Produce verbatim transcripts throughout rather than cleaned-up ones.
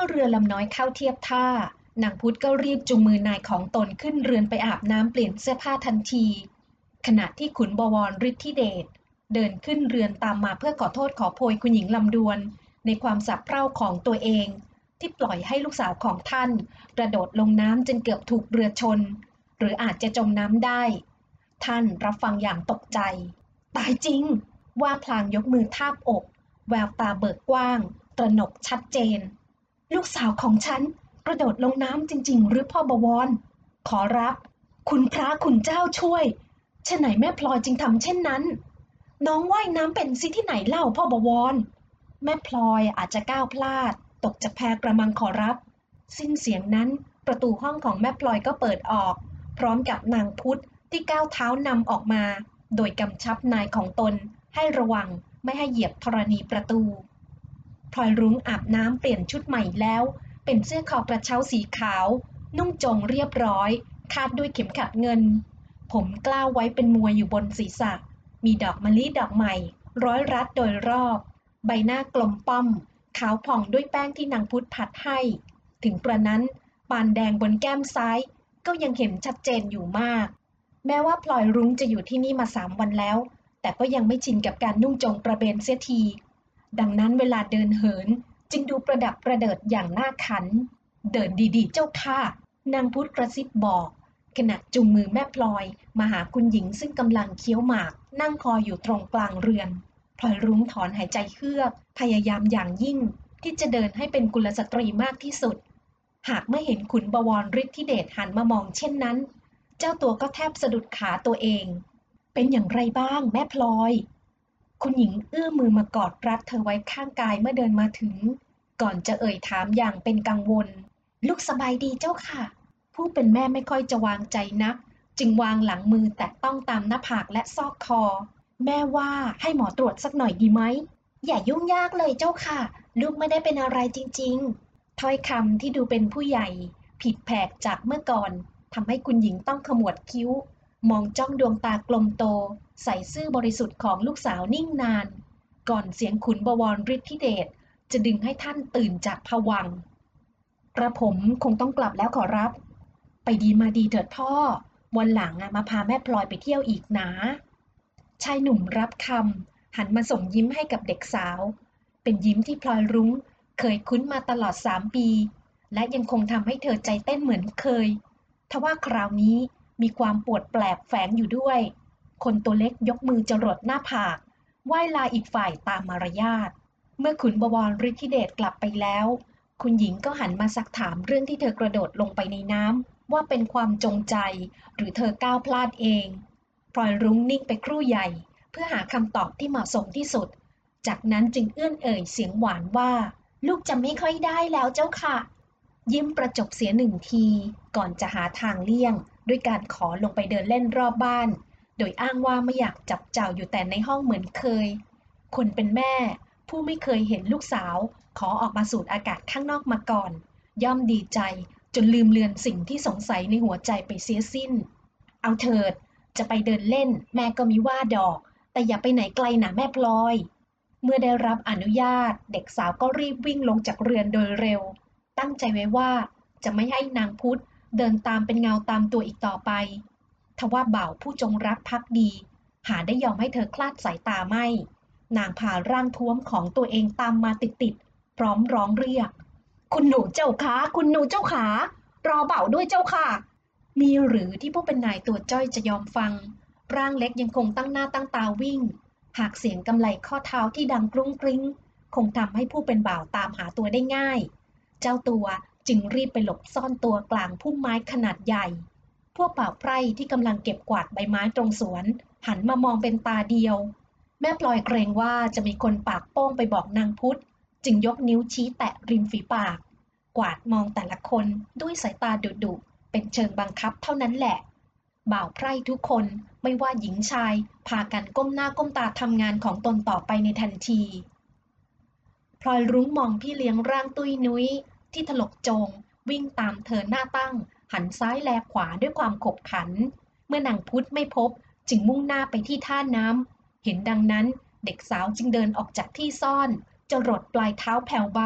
เรือลำน้อยเข้าเทียบท่านางพุทธก็รีบจูงมือนายของตนขึ้นเรือนไปอาบน้ำเปลี่ยนเสื้อผ้าทันทีขณะที่ขุนบวรฤทธิเดชเดินขึ้นเรือนตามมาเพื่อขอโทษขอโพยคุณหญิงลำดวนในความสับเพร่าของตัวเองที่ปล่อยให้ลูกสาวของท่านกระโดดลงน้ำจนเกือบถูกเรือชนหรืออาจจะจมน้ำได้ท่านรับฟังอย่างตกใจตายจริงว่าพลางยกมือทาบอกแววตาเบิกกว้างตระหนกชัดเจนลูกสาวของฉันกระโดดลงน้ำจริงๆหรือพ่อบวรขอรับคุณพระคุณเจ้าช่วยฉะไหนแม่พลอยจึงทำเช่นนั้นน้องว่ายน้ำเป็นสิที่ไหนเล่าพ่อบวรแม่พลอยอาจจะก้าวพลาดตกจากแพกระมังขอรับสิ้นเสียงนั้นประตูห้องของแม่พลอยก็เปิดออกพร้อมกับนางพุทธที่ก้าวเท้านำออกมาโดยกำชับนายของตนให้ระวังไม่ให้เหยียบธรณีประตูพลอยรุ้งอาบน้ำเปลี่ยนชุดใหม่แล้วเป็นเสื้อคอกระเช้าสีขาวนุ่งจงเรียบร้อยคาดด้วยเข็มขัดเงินผมกล้าวไว้เป็นมวยอยู่บนศีรษะมีดอกมะลิดอกใหม่ร้อยรัดโดยรอบใบหน้ากลมป้อมขาวผ่องด้วยแป้งที่นางพุทธผัดให้ถึงกระนั้นปานแดงบนแก้มซ้ายก็ยังเห็นชัดเจนอยู่มากแม้ว่าพลอยรุ้งจะอยู่ที่นี่มาสามวันแล้วแต่ก็ยังไม่ชินกับการนุ่งจงกระเบนเสียทีดังนั้นเวลาเดินเหินจึงดูประดับประเดิดอย่างน่าขันเดินดีๆเจ้าค่ะนางพุทธกระซิบบอกขณะจุงมือแม่พลอยมาหาคุณหญิงซึ่งกำลังเคี้ยวหมากนั่งคอยอยู่ตรงกลางเรือนพลอยรุ้งถอนหายใจเฮือกพยายามอย่างยิ่งที่จะเดินให้เป็นกุลสตรีมากที่สุดหากไม่เห็นขุนบวรฤทธิเดชหันมามองเช่นนั้นเจ้าตัวก็แทบสะดุดขาตัวเองเป็นอย่างไรบ้างแม่พลอยคุณหญิงเอื้อมมือมากอดรัดเธอไว้ข้างกายเมื่อเดินมาถึงก่อนจะเอ่ยถามอย่างเป็นกังวลลูกสบายดีเจ้าค่ะผู้เป็นแม่ไม่ค่อยจะวางใจนักจึงวางหลังมือแตะต้องตามหน้าผากและซอกคอแม่ว่าให้หมอตรวจสักหน่อยดีไหมอย่ายุ่งยากเลยเจ้าค่ะลูกไม่ได้เป็นอะไรจริงๆถ้อยคำที่ดูเป็นผู้ใหญ่ผิดแผกจากเมื่อก่อนทำให้คุณหญิงต้องขมวดคิ้วมองจ้องดวงตากลมโตใส่ซื่อบริสุทธิ์ของลูกสาวนิ่งนานก่อนเสียงขุนบวรฤทธิเดชจะดึงให้ท่านตื่นจากภวังค์กระผมคงต้องกลับแล้วขอรับไปดีมาดีเถิดพ่อวันหลังมาพาแม่พลอยไปเที่ยวอีกนะชายหนุ่มรับคำหันมาส่งยิ้มให้กับเด็กสาวเป็นยิ้มที่พลอยรุ้งเคยคุ้นมาตลอดสามปีและยังคงทำให้เธอใจเต้นเหมือนเคยทว่าคราวนี้มีความปวดแปลบแฝงอยู่ด้วยคนตัวเล็กยกมือจรดหน้าผากไหว้ลาอีกฝ่ายตามมารยาทเมื่อขุนบวรฤทธิเดชกลับไปแล้วคุณหญิงก็หันมาซักถามเรื่องที่เธอกระโดดลงไปในน้ำว่าเป็นความจงใจหรือเธอก้าวพลาดเองพลอยรุ้งนิ่งไปครู่ใหญ่เพื่อหาคำตอบที่เหมาะสมที่สุดจากนั้นจึงเอื้อนเอ่ยเสียงหวานว่าลูกจำไม่ค่อยได้แล้วเจ้าค่ะยิ้มประจบเสียหนึ่งทีก่อนจะหาทางเลี่ยงด้วยการขอลงไปเดินเล่นรอบบ้านโดยอ้างว่าไม่อยากจับเจ้าอยู่แต่ในห้องเหมือนเคยคนเป็นแม่ผู้ไม่เคยเห็นลูกสาวขอออกมาสูดอากาศข้างนอกมาก่อนย่อมดีใจจนลืมเลือนสิ่งที่สงสัยในหัวใจไปเสียสิ้นเอาเถิดจะไปเดินเล่นแม่ก็มิว่าดอกแต่อย่าไปไหนไกลนะแม่พลอยเมื่อได้รับอนุญาตเด็กสาวก็รีบวิ่งลงจากเรือนโดยเร็วตั้งใจไว้ว่าจะไม่ให้นางพุทธเดินตามเป็นเงาตามตัวอีกต่อไปทว่าบ่าวผู้จงรักภักดีหาได้ยอมให้เธอคลาดสายตาไม่นางพาร่างท้วมของตัวเองตามมาติดๆพร้อมร้องเรียกคุณหนูเจ้าขาคุณหนูเจ้าขารอเบ่าด้วยเจ้าค่ะมีหรือที่ผู้เป็นนายตัวจ้อยจะยอมฟังร่างเล็กยังคงตั้งหน้าตั้งตาวิ่งหากเสียงกำไลข้อเท้าที่ดังกรุ้งกริ้งคงทำให้ผู้เป็นบ่าวตามหาตัวได้ง่ายเจ้าตัวจึงรีบไปหลบซ่อนตัวกลางพุ่มไม้ขนาดใหญ่พวกบ่าวไพร่ที่กำลังเก็บกวาดใบไม้ตรงสวนหันมามองเป็นตาเดียวแม่พลอยเกรงว่าจะมีคนปากโป้งไปบอกนางพุทธจึงยกนิ้วชี้แตะริมฝีปากกวาดมองแต่ละคนด้วยสายตาดุๆเป็นเชิงบังคับเท่านั้นแหละบ่าวไพร่ทุกคนไม่ว่าหญิงชายพากันก้มหน้าก้มตาทำงานของตนต่อไปในทันทีพลอยรุ้งมองพี่เลี้ยงร่างตุ้ยนุ้ยที่ถลกโจงวิ่งตามเธอหน้าตั้งหันซ้ายแลขวาด้วยความขบขันเมื่อนางพุทธไม่พบจึงมุ่งหน้าไปที่ท่าน้ำเห็นดังนั้นเด็กสาวจึงเดินออกจากที่ซ่อนจรดปลายเท้าแผ่วเบา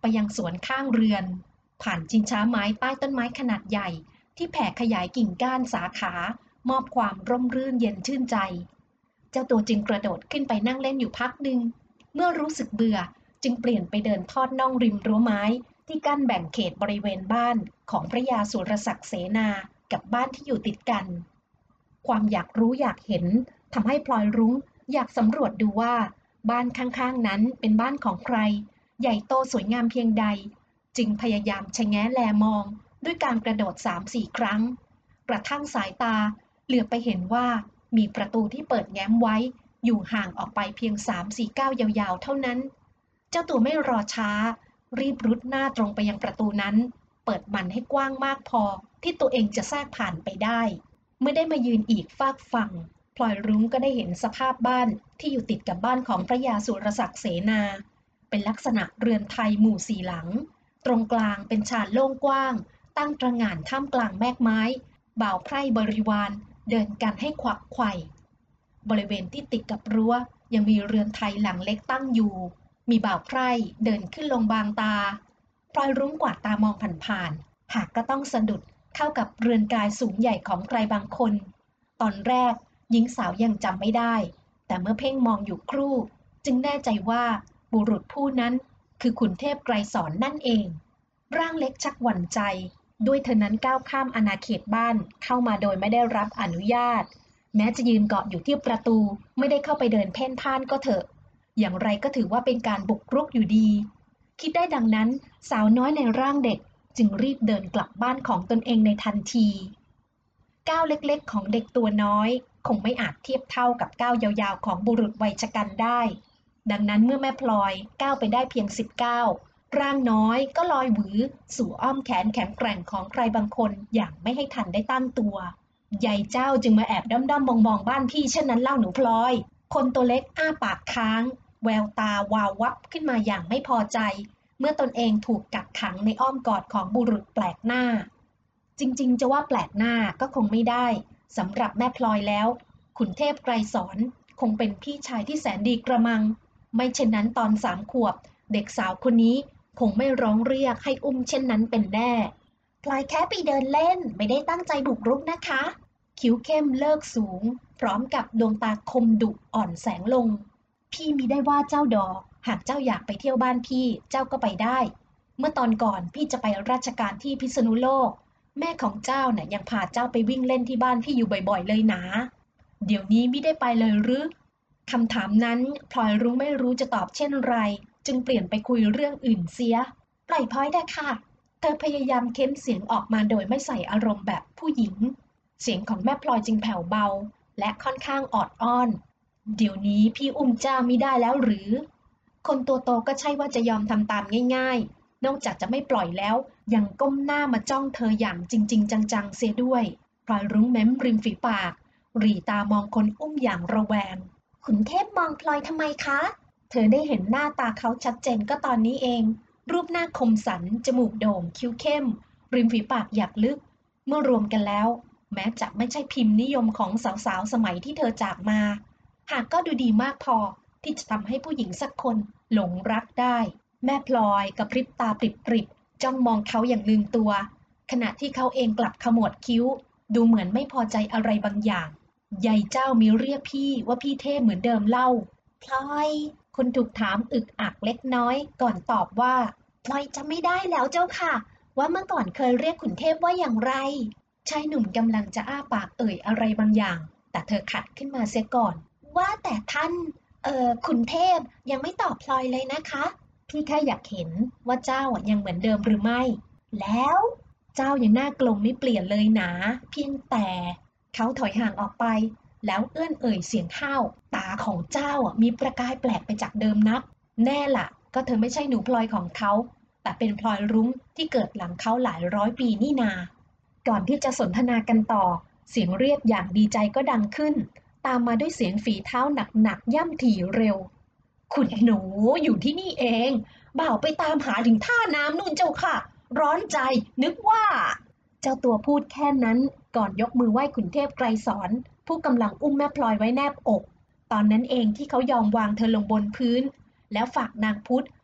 ไปยังสวนข้างเรือนผ่านชิงช้าไม้ใต้ต้นไม้ขนาดใหญ่ที่แผ่ขยายกิ่งก้านสาขามอบความร่มรื่นเย็นชื่นใจเจ้าตัวจึงกระโดดขึ้นไปนั่งเล่นอยู่พักหนึ่งเมื่อรู้สึกเบื่อจึงเปลี่ยนไปเดินทอดน่องริมรั้วไม้ที่กั้นแบ่งเขตบริเวณบ้านของพระยาสุรศักดิ์เสนากับบ้านที่อยู่ติดกันความอยากรู้อยากเห็นทำให้พลอยรุ้งอยากสำรวจดูว่าบ้านข้างๆนั้นเป็นบ้านของใครใหญ่โตสวยงามเพียงใดจึงพยายามชะแงะแลมองด้วยการกระโดด สามสี่ ครั้งกระทั่งสายตาเหลือบไปเห็นว่ามีประตูที่เปิดแง้มไว้อยู่ห่างออกไปเพียง สามสี่ ก้าวยาวๆเท่านั้นเจ้าตัวไม่รอช้ารีบรุดหน้าตรงไปยังประตูนั้นเปิดมันให้กว้างมากพอที่ตัวเองจะแทรกผ่านไปได้เมื่อได้มายืนอีกฝากฝั่งพลอยรุ้งก็ได้เห็นสภาพบ้านที่อยู่ติดกับบ้านของพระยาสุรศักดิ์เสนาเป็นลักษณะเรือนไทยหมู่สี่หลังตรงกลางเป็นชานโล่งกว้างตั้งตระหง่านท่ามกลางแมกไม้บ่าวไพร่บริวารเดินกันให้ขวักไขว่บริเวณที่ติดกับรั้วยังมีเรือนไทยหลังเล็กตั้งอยู่มีบ่าวไพร่เดินขึ้นลงบางตาพลอยรุ้งกวาดตามองผ่านๆหากก็ต้องสะดุดเข้ากับเรือนกายสูงใหญ่ของใครบางคนตอนแรกหญิงสาวยังจำไม่ได้แต่เมื่อเพ่งมองอยู่ครู่จึงแน่ใจว่าบุรุษผู้นั้นคือขุนเทพไกรสอนนั่นเองร่างเล็กชักหวั่นใจด้วยเธอนั้นก้าวข้ามอาณาเขตบ้านเข้ามาโดยไม่ได้รับอนุญาตแม้จะยืนเกาะอยู่ที่ประตูไม่ได้เข้าไปเดินเพ่นพ่านก็เถอะอย่างไรก็ถือว่าเป็นการบุกรุกอยู่ดีคิดได้ดังนั้นสาวน้อยในร่างเด็กจึงรีบเดินกลับบ้านของตนเองในทันทีก้าวเล็กๆของเด็กตัวน้อยคงไม่อาจเทียบเท่ากับก้าวยาวๆของบุรุษวัยชกันได้ดังนั้นเมื่อแม่พลอยก้าวไปได้เพียงสิบเก้าร่างน้อยก็ลอยหวือสู่อ้อมแขนแข็งแกร่งของใครบางคนอย่างไม่ให้ทันได้ตั้งตัวยายเจ้าจึงมาแอบด้อมๆมองๆบ้านพี่เช่นนั้นเล่าหนูพลอยคนตัวเล็กอ้าปากค้างแววตาวาววับขึ้นมาอย่างไม่พอใจเมื่อตนเองถูกกักขังในอ้อมกอดของบุรุษแปลกหน้าจริงๆจะว่าแปลกหน้าก็คงไม่ได้สำหรับแม่พลอยแล้วขุนเทพไกรสอนคงเป็นพี่ชายที่แสนดีกระมังไม่เช่นนั้นตอนสามขวบเด็กสาวคนนี้คงไม่ร้องเรียกให้อุ้มเช่นนั้นเป็นแน่พลอยแค่ไปเดินเล่นไม่ได้ตั้งใจบุกรุกนะคะคิ้วเข้มเลิกสูงพร้อมกับดวงตาคมดุอ่อนแสงลงพี่มิได้ว่าเจ้าดอกหากเจ้าอยากไปเที่ยวบ้านพี่เจ้าก็ไปได้เมื่อตอนก่อนพี่จะไปราชการที่พิษณุโลกแม่ของเจ้าน่ะยังพาเจ้าไปวิ่งเล่นที่บ้านพี่อยู่บ่อยๆเลยนะเดี๋ยวนี้มิได้ไปเลยหรือคำถามนั้นพลอยรุ้งไม่รู้จะตอบเช่นไรจึงเปลี่ยนไปคุยเรื่องอื่นเสียปล่อยพลอยได้ค่ะเธอพยายามเค้นเสียงออกมาโดยไม่ใส่อารมณ์แบบผู้หญิงเสียงของแม่พลอยจึงแผ่วเบาและค่อนข้างออดอ้อนเดี๋ยวนี้พี่อุ้มเจ้ามิได้แล้วหรือคนตัวโตก็ใช่ว่าจะยอมทำตามง่ายๆนอกจากจะไม่ปล่อยแล้วยังก้มหน้ามาจ้องเธออย่างจริงๆจังๆเสียด้วยพลอยรุ้งเม้มริมฝีปากหรี่ตามองคนอุ้มอย่างระแวงขุนเทพมองพลอยทำไมคะเธอได้เห็นหน้าตาเขาชัดเจนก็ตอนนี้เองรูปหน้าคมสันจมูกโด่งคิ้วเข้มริมฝีปากหยักลึกเมื่อรวมกันแล้วแม้จะไม่ใช่พิมพ์นิยมของสาวๆสมัยที่เธอจากมาหากก็ดูดีมากพอที่จะทำให้ผู้หญิงสักคนหลงรักได้แม่พลอยกระพริบตาปริบๆจ้องมองเขาอย่างลืมตัวขณะที่เขาเองกลับขมวดคิ้วดูเหมือนไม่พอใจอะไรบางอย่างยายเจ้ามีเรียกพี่ว่าพี่เทพเหมือนเดิมเล่าพลอยคนถูกถามอึกอักเล็กน้อยก่อนตอบว่าพลอยจำไม่ได้แล้วเจ้าค่ะว่าเมื่อก่อนเคยเรียกขุนเทพว่าอย่างไรชายหนุ่มกำลังจะอ้าปากเอ่ยอะไรบางอย่างแต่เธอขัดขึ้นมาเสียก่อนว่าแต่ท่านเอ่อขุนเทพยังไม่ตอบพลอยเลยนะคะพี่แค่อยากเห็นว่าเจ้ายังเหมือนเดิมหรือไม่แล้วเจ้ายังหน้ากลมไม่เปลี่ยนเลยนะเพียงแต่เขาถอยห่างออกไปแล้วเอื้อนเอ่ยเสียงห้าวตาของเจ้ามีประกายแปลกไปจากเดิมนักแน่ล่ะก็เธอไม่ใช่หนูพลอยของเขาแต่เป็นพลอยรุ้งที่เกิดหลังเขาหลายร้อยปีนี่นาก่อนที่จะสนทนากันต่อเสียงเรียกอย่างดีใจก็ดังขึ้นตามมาด้วยเสียงฝีเท้าหนักๆย่ำถี่เร็วคุณหนูอยู่ที่นี่เองบ่าวไปตามหาถึงท่าน้ำนู่นเจ้าค่ะร้อนใจนึกว่าเจ้าตัวพูดแค่นั้นก่อนยกมือไหว้ขุนเทพไกรสอนผู้กำลังอุ้มแม่พลอยไว้แนบอกตอนนั้นเองที่เขายอมวางเธอลงบนพื้นแล้วฝากนางพุธ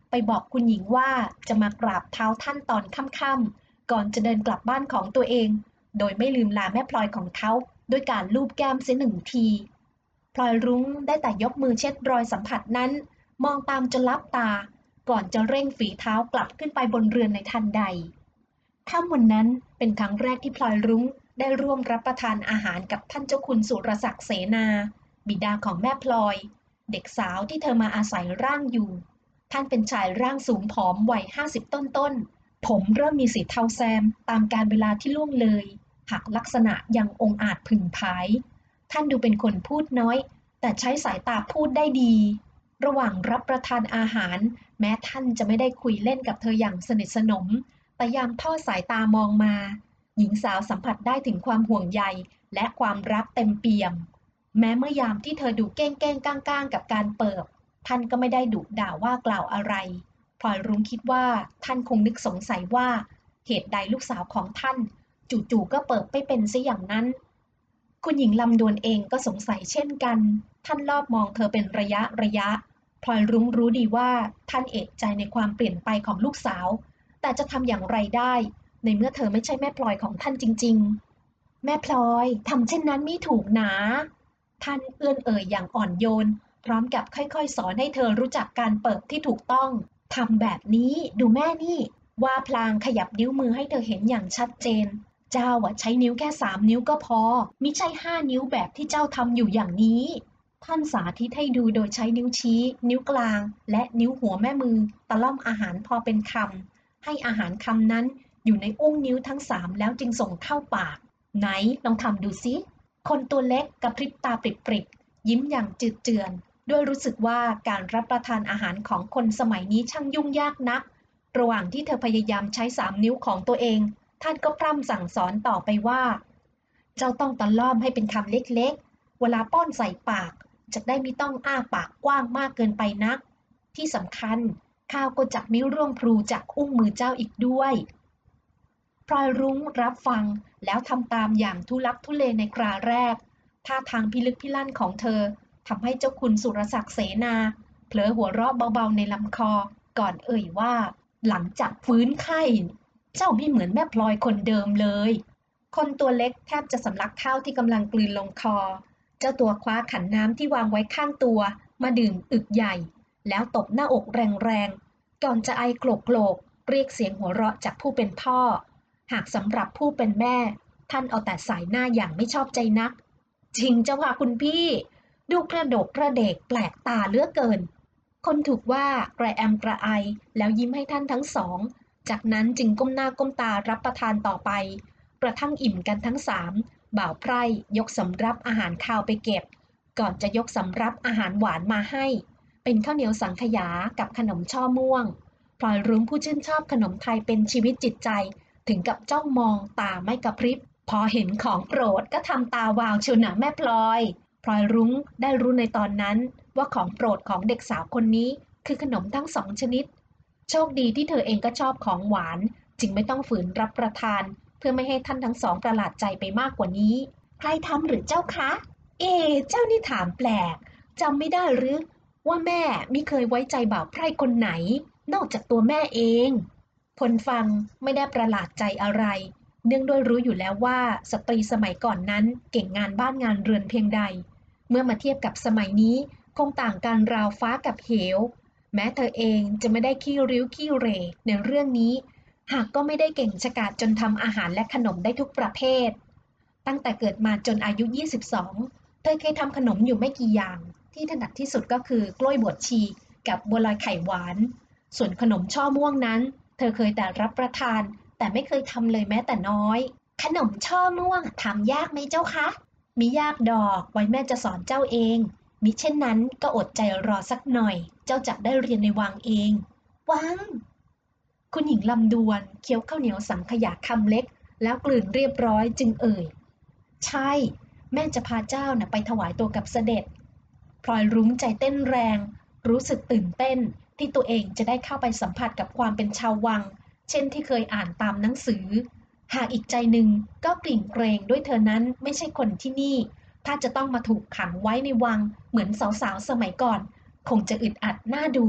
ไปบอกคุณหญิงว่าจะมากราบเท้าท่านตอนค่ำๆก่อนจะเดินกลับบ้านของตัวเองโดยไม่ลืมลาแม่พลอยของเขาด้วยการลูบแก้มเสียหนึ่งทีพลอยรุ้งได้แต่ยกมือเช็ดรอยสัมผัสนั้นมองตามจนลับตาก่อนจะเร่งฝีเท้ากลับขึ้นไปบนเรือนในทันใดค่ำวันนั้นเป็นครั้งแรกที่พลอยรุ้งได้ร่วมรับประทานอาหารกับท่านเจ้าคุณสุรศักดิ์เสนาบิดาของแม่พลอยเด็กสาวที่เธอมาอาศัยร่างอยู่ท่านเป็นชายร่างสูงผอมวัยห้าสิบต้นๆผมเริ่มมีสีเทาแซมตามกาลเวลาที่ล่วงเลยหากลักษณะยังองอาจผึ่งผายท่านดูเป็นคนพูดน้อยแต่ใช้สายตาพูดได้ดีระหว่างรับประทานอาหารแม้ท่านจะไม่ได้คุยเล่นกับเธออย่างสนิทสนมแต่ยามทอดสายตามองมาหญิงสาวสัมผัสได้ถึงความห่วงใยและความรักเต็มเปี่ยมแม้เมื่อยามที่เธอดูเก้งเก้งก้างก้างกับการเปิบท่านก็ไม่ได้ดุด่าว่ากล่าวอะไรพลอยรุ้งคิดว่าท่านคงนึกสงสัยว่าเหตุใดลูกสาวของท่านจู่ๆก็เปิบไม่เป็นซะอย่างนั้นคุณหญิงลำดวนเองก็สงสัยเช่นกันท่านลอบมองเธอเป็นระยะระยะพลอยรุ้งรู้ดีว่าท่านเอะใจในความเปลี่ยนไปของลูกสาวแต่จะทำอย่างไรได้ในเมื่อเธอไม่ใช่แม่พลอยของท่านจริงๆแม่พลอยทำเช่นนั้นไม่ถูกนะท่านเอื้อนเอ่ยอย่างอ่อนโยนพร้อมกับค่อยๆสอนให้เธอรู้จักการเปิดที่ถูกต้องทำแบบนี้ดูแม่นี่ว่าพลางขยับนิ้วมือให้เธอเห็นอย่างชัดเจนเจ้าอะใช้นิ้วแค่สามนิ้วก็พอมิใช่ห้านิ้วแบบที่เจ้าทำอยู่อย่างนี้ท่านสาธิตให้ดูโดยใช้นิ้วชี้นิ้วกลางและนิ้วหัวแม่มือตะล่อมอาหารพอเป็นคำให้อาหารคำนั้นอยู่ในอุ้งนิ้วทั้งสามแล้วจึงส่งเข้าปากไหนลองทำดูสิคนตัวเล็กกระพริบตาปริบๆยิ้มอย่างจืดเจือนด้วยรู้สึกว่าการรับประทานอาหารของคนสมัยนี้ช่างยุ่งยากนักระหว่างที่เธอพยายามใช้สามนิ้วของตัวเองท่านก็พร่ำสั่งสอนต่อไปว่าเจ้าต้องตะล่อมให้เป็นคำเล็กๆเวลาป้อนใส่ปากจะได้ไม่ต้องอ้าปากกว้างมากเกินไปนักที่สำคัญข้าวก็จักไม่ร่วงพลูจากอุ้งมือเจ้าอีกด้วยพลอยรุ้งรับฟังแล้วทำตามอย่างทุลักทุเลในคราแรกท่าทางพิลึกพิลั่นของเธอทำให้เจ้าคุณสุรศักดิ์เสนาเผลอหัวเราะเบาๆในลำคอก่อนเอ่ยว่าหลังจากฟื้นไข้เจ้าไม่เหมือนแม่พลอยคนเดิมเลยคนตัวเล็กแทบจะสำลักข้าวที่กำลังกลืนลงคอเจ้าตัวคว้าขันน้ำที่วางไว้ข้างตัวมาดื่มอึกใหญ่แล้วตบหน้าอกแรงๆก่อนจะไอโกรกๆเรียกเสียงหัวเราะจากผู้เป็นพ่อหากสำหรับผู้เป็นแม่ท่านเอาแต่สายหน้าอย่างไม่ชอบใจนักจริงเจ้าค่ะคุณพี่ดูกระโดกกระเดกแปลกตาเหลือเกินคนถูกว่ากระแอมกระไอแล้วยิ้มให้ท่านทั้งสองจากนั้นจึงก้มหน้าก้มตารับประทานต่อไปกระทั่งอิ่มกันทั้งสามบ่าวไพร่ยกสำรับอาหารคาวไปเก็บก่อนจะยกสำรับอาหารหวานมาให้เป็นข้าวเหนียวสังขยากับขนมช่อม่วงพลอยรุ้งผู้ชื่นชอบขนมไทยเป็นชีวิตจิตใจถึงกับจ้องมองตาไม่กระพริบพอเห็นของโปรดก็ทำตาวาวเชียวนะแม่พลอยพลอยรุ้งได้รู้ในตอนนั้นว่าของโปรดของเด็กสาวคนนี้คือขนมทั้งสองชนิดโชคดีที่เธอเองก็ชอบของหวานจึงไม่ต้องฝืนรับประทานเพื่อไม่ให้ท่านทั้งสองประหลาดใจไปมากกว่านี้ใครทำหรือเจ้าคะเอเจ้านี่ถามแปลกจำไม่ได้หรือว่าแม่มิเคยไว้ใจบ่าวไพร่คนไหนนอกจากตัวแม่เองคนฟังไม่ได้ประหลาดใจอะไรเนื่องด้วยรู้อยู่แล้วว่าสตรีสมัยก่อนนั้นเก่งงานบ้านงานเรือนเพียงใดเมื่อมาเทียบกับสมัยนี้คงต่างกันราวฟ้ากับเหวแม้เธอเองจะไม่ได้ขี้ริ้วขี้เหร่ในเรื่องนี้หากก็ไม่ได้เก่งฉกาจจนทำอาหารและขนมได้ทุกประเภทตั้งแต่เกิดมาจนอายุยี่สิบสองเธอเคยทำขนมอยู่ไม่กี่อย่างที่ถนัดที่สุดก็คือกล้วยบวชชีกับบัวลอยไข่หวานส่วนขนมช่อม่วงนั้นเธอเคยแต่รับประทานแต่ไม่เคยทำเลยแม้แต่น้อยขนมช่อม่วงทำยากไหมเจ้าคะมิยากดอกไว้แม่จะสอนเจ้าเองมิเช่นนั้นก็อดใจรอสักหน่อยเจ้าจะได้เรียนในวังเองวังคุณหญิงลำดวนเคี้ยวข้าวเหนียวสังขยาคำเล็กแล้วกลืนเรียบร้อยจึงเอ่ยใช่แม่จะพาเจ้าน่ะไปถวายตัวกับเสด็จพลอยรุ้งใจเต้นแรงรู้สึกตื่นเต้นที่ตัวเองจะได้เข้าไปสัมผัสกับความเป็นชาววังเช่นที่เคยอ่านตามหนังสือหากอีกใจหนึ่งก็กลิ่นเกรงด้วยเธอนั้นไม่ใช่คนที่นี่ถ้าจะต้องมาถูกขังไว้ในวังเหมือนสาวๆสมัยก่อนคงจะอึดอัดน่าดู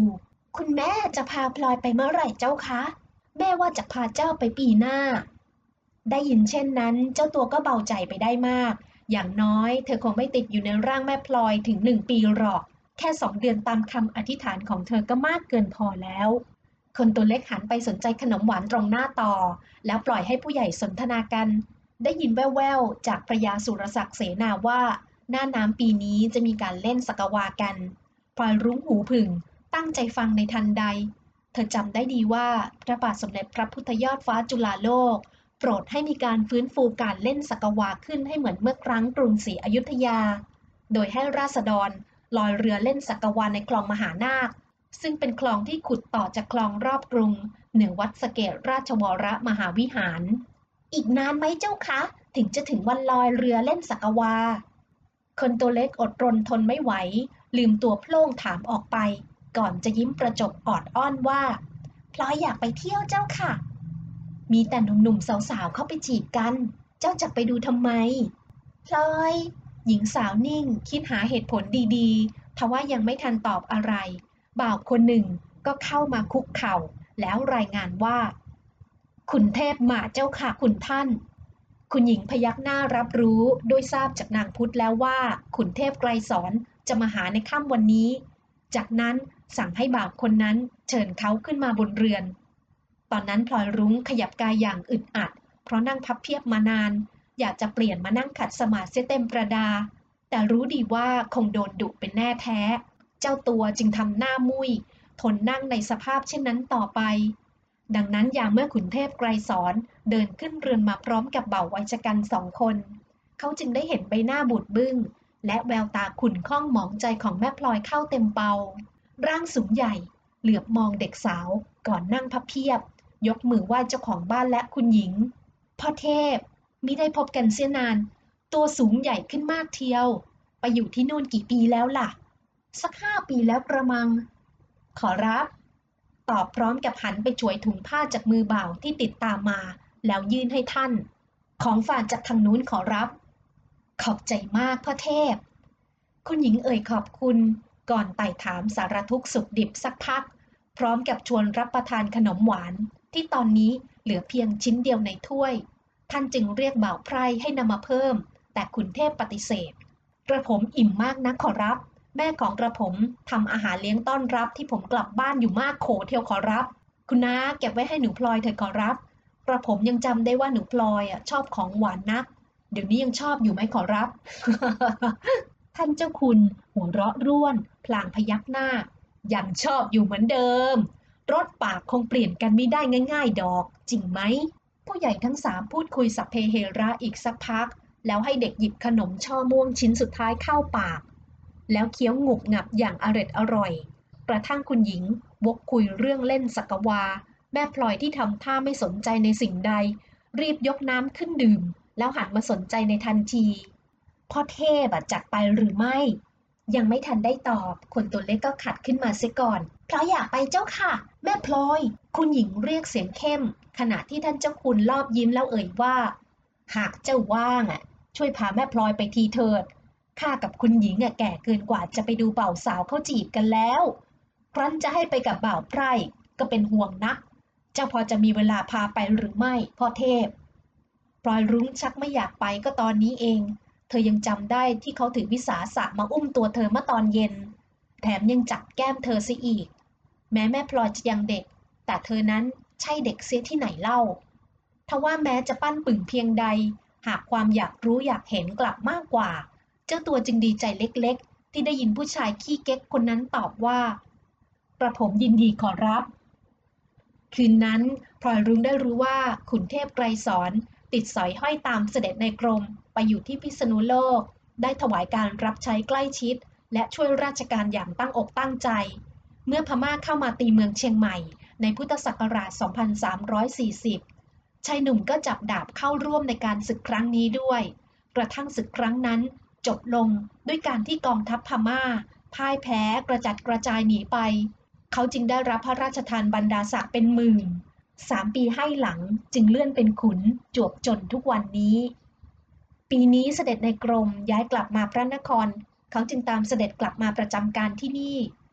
คุณแม่จะพาพลอยไปเมื่อไหร่เจ้าคะแม่ว่าจะพาเจ้าไปปีหน้าได้ยินเช่นนั้นเจ้าตัวก็เบาใจไปได้มากอย่างน้อยเธอคงไม่ติดอยู่ในร่างแม่พลอยถึงหนึ่งปีหรอกแค่สองเดือนตามคำอธิษฐานของเธอก็มากเกินพอแล้วคนตัวเล็กหันไปสนใจขนมหวานตรงหน้าต่อแล้วปล่อยให้ผู้ใหญ่สนทนากันได้ยินแว่วๆจากพระยาสุรศักดิ์เสนาว่าหน้าน้ำปีนี้จะมีการเล่นสักวากันพลอยรุ้งหูผึ่งตั้งใจฟังในทันใดเธอจำได้ดีว่าพระบาทสมเด็จพระพุทธยอดฟ้าจุฬาโลกโปรดให้มีการฟื้นฟูการเล่นสักวาขึ้นให้เหมือนเมื่อครั้งกรุงศรีอยุธยาโดยให้ราษฎรลอยเรือเล่นสักวาในคลองมหานาคซึ่งเป็นคลองที่ขุดต่อจากคลองรอบกรุงเหนือวัดสะเกษราชวรมหาวิหารอีกนานไหมเจ้าคะถึงจะถึงวันลอยเรือเล่นสักวาคนตัวเล็กอดรนทนไม่ไหวลืมตัวโพล่งถามออกไปก่อนจะยิ้มประจบออดอ้อนว่าพลอยอยากไปเที่ยวเจ้าค่ะมีแต่หนุ่มๆสาวๆเข้าไปจีบกันเจ้าจะไปดูทำไมพลอยหญิงสาวนิ่งคิดหาเหตุผลดีๆทว่ายังไม่ทันตอบอะไรบ่าวคนหนึ่งก็เข้ามาคุกเข่าแล้วรายงานว่าขุนเทพมาเจ้าค่ะขุนท่านคุณหญิงพยักหน้ารับรู้โดยทราบจากนางพุทธแล้วว่าขุนเทพไกรสอนจะมาหาในค่ำวันนี้จากนั้นสั่งให้บ่าวคนนั้นเชิญเขาขึ้นมาบนเรือนตอนนั้นพลอยรุ้งขยับกายอย่างอึดอัดเพราะนั่งพับเพียบมานานอยากจะเปลี่ยนมานั่งขัดสมาธิเสียเต็มประดาแต่รู้ดีว่าคงโดนดุเป็นแน่แท้เจ้าตัวจึงทำหน้ามุ้ยทนนั่งในสภาพเช่นนั้นต่อไปดังนั้นยามเมื่อขุนเทพไกรสอนเดินขึ้นเรือนมาพร้อมกับบ่าววัยชกันสองคนเขาจึงได้เห็นใบหน้าบูดบึ้งและแววตาขุ่นข้องหมองใจของแม่พลอยเข้าเต็มเปาร่างสูงใหญ่เหลือบมองเด็กสาวก่อนนั่งพับเพียบยกมือไหว้เจ้าของบ้านและคุณหญิงพ่อเทพมิได้พบกันเสียนานตัวสูงใหญ่ขึ้นมากเทียวไปอยู่ที่นู่นกี่ปีแล้วล่ะสักห้าปีแล้วกระมังขอรับตอบพร้อมกับหันไปฉวยถุงผ้าจากมือบ่าวที่ติดตามมาแล้วยื่นให้ท่านของฝากจากทางนู้นขอรับขอบใจมากพ่อเทพคุณหญิงเอ่ยขอบคุณก่อนไต่ถามสารทุกข์สุขดิบสักพักพร้อมกับชวนรับประทานขนมหวานที่ตอนนี้เหลือเพียงชิ้นเดียวในถ้วยท่านจึงเรียกบ่าวไพร่ให้นำมาเพิ่มแต่ขุนเทพปฏิเสธกระผมอิ่มมากนะขอรับแม่ของกระผมทำอาหารเลี้ยงต้อนรับที่ผมกลับบ้านอยู่มากโขเทียวขอรับคุณน้าเก็บไว้ให้หนูพลอยเถิดขอรับกระผมยังจำได้ว่าหนูพลอยอ่ะชอบของหวานนักเดี๋ยวนี้ยังชอบอยู่ไหมขอรับ ท่านเจ้าคุณหัวเราะร่วนพลางพยักหน้ายังชอบอยู่เหมือนเดิมรสปากคงเปลี่ยนกันไม่ได้ง่ายๆดอกจริงไหมผู้ใหญ่ทั้งสามพูดคุยสัพเพเฮระอีกสักพักแล้วให้เด็กหยิบขนมช่อม่วงชิ้นสุดท้ายเข้าปากแล้วเคี้ยวงุบงับอย่างอร็ดอร่อยกระทั่งคุณหญิงวกคุยเรื่องเล่นสักวาแม่พลอยที่ทำท่าไม่สนใจในสิ่งใดรีบยกน้ำขึ้นดื่มแล้วหันมาสนใจในทันทีพ่อเทพจัดไปหรือไม่ยังไม่ทันได้ตอบคนตัวเล็กก็ขัดขึ้นมาเสียก่อนเพราะอยากไปเจ้าค่ะแม่พลอยคุณหญิงเรียกเสียงเข้มขณะที่ท่านเจ้าคุณรอบยิ้มแล้วเอ่ยว่าหากเจ้าว่างอ่ะช่วยพาแม่พลอยไปทีเถิดข้ากับคุณหญิงอ่ะแก่เกินกว่าจะไปดูบ่าวสาวเขาจีบกันแล้วครั้นจะให้ไปกับบ่าวไพร่ก็เป็นห่วงนักเจ้าพอจะมีเวลาพาไปหรือไม่พ่อเทพพลอยรุ้งชักไม่อยากไปก็ตอนนี้เองเธอยังจำได้ที่เขาถือวิสาสะมาอุ้มตัวเธอเมื่อตอนเย็นแถมยังจับแก้มเธอซิอีกแม้แม่พลอยจะยังเด็กแต่เธอนั้นใช่เด็กเสียที่ไหนเล่าทว่าแม้จะปั้นปึ่งเพียงใดหากความอยากรู้อยากเห็นกลับมากกว่าเจ้าตัวจึงดีใจเล็กๆที่ได้ยินผู้ชายขี้เก๊กคนนั้นตอบว่ากระผมยินดีขอรับคืนนั้นพลอยรุ้งได้รู้ว่าขุนเทพไกรสอนติดสอยห้อยตามเสด็จในกรมไปอยู่ที่พิษณุโลกได้ถวายการรับใช้ใกล้ชิดและช่วยราชการอย่างตั้งอกตั้งใจเมื่อพม่าเข้ามาตีเมืองเชียงใหม่ในพุทธศักราช สองพันสามร้อยสี่สิบ ชายหนุ่มก็จับดาบเข้าร่วมในการศึกครั้งนี้ด้วยกระทั่งศึกครั้งนั้นจบลงด้วยการที่กองทัพพม่าพ่ายแพ้กระจัดกระจายหนีไปเขาจึงได้รับพระราชทานบรรดาศักดิ์เป็นหมื่นสามปีให้หลังจึงเลื่อนเป็นขุนจวบจนทุกวันนี้ปีนี้เสด็จในกรมย้ายกลับมาพระนครเขาจึงตามเสด็จกลับมาประจำการที่นี่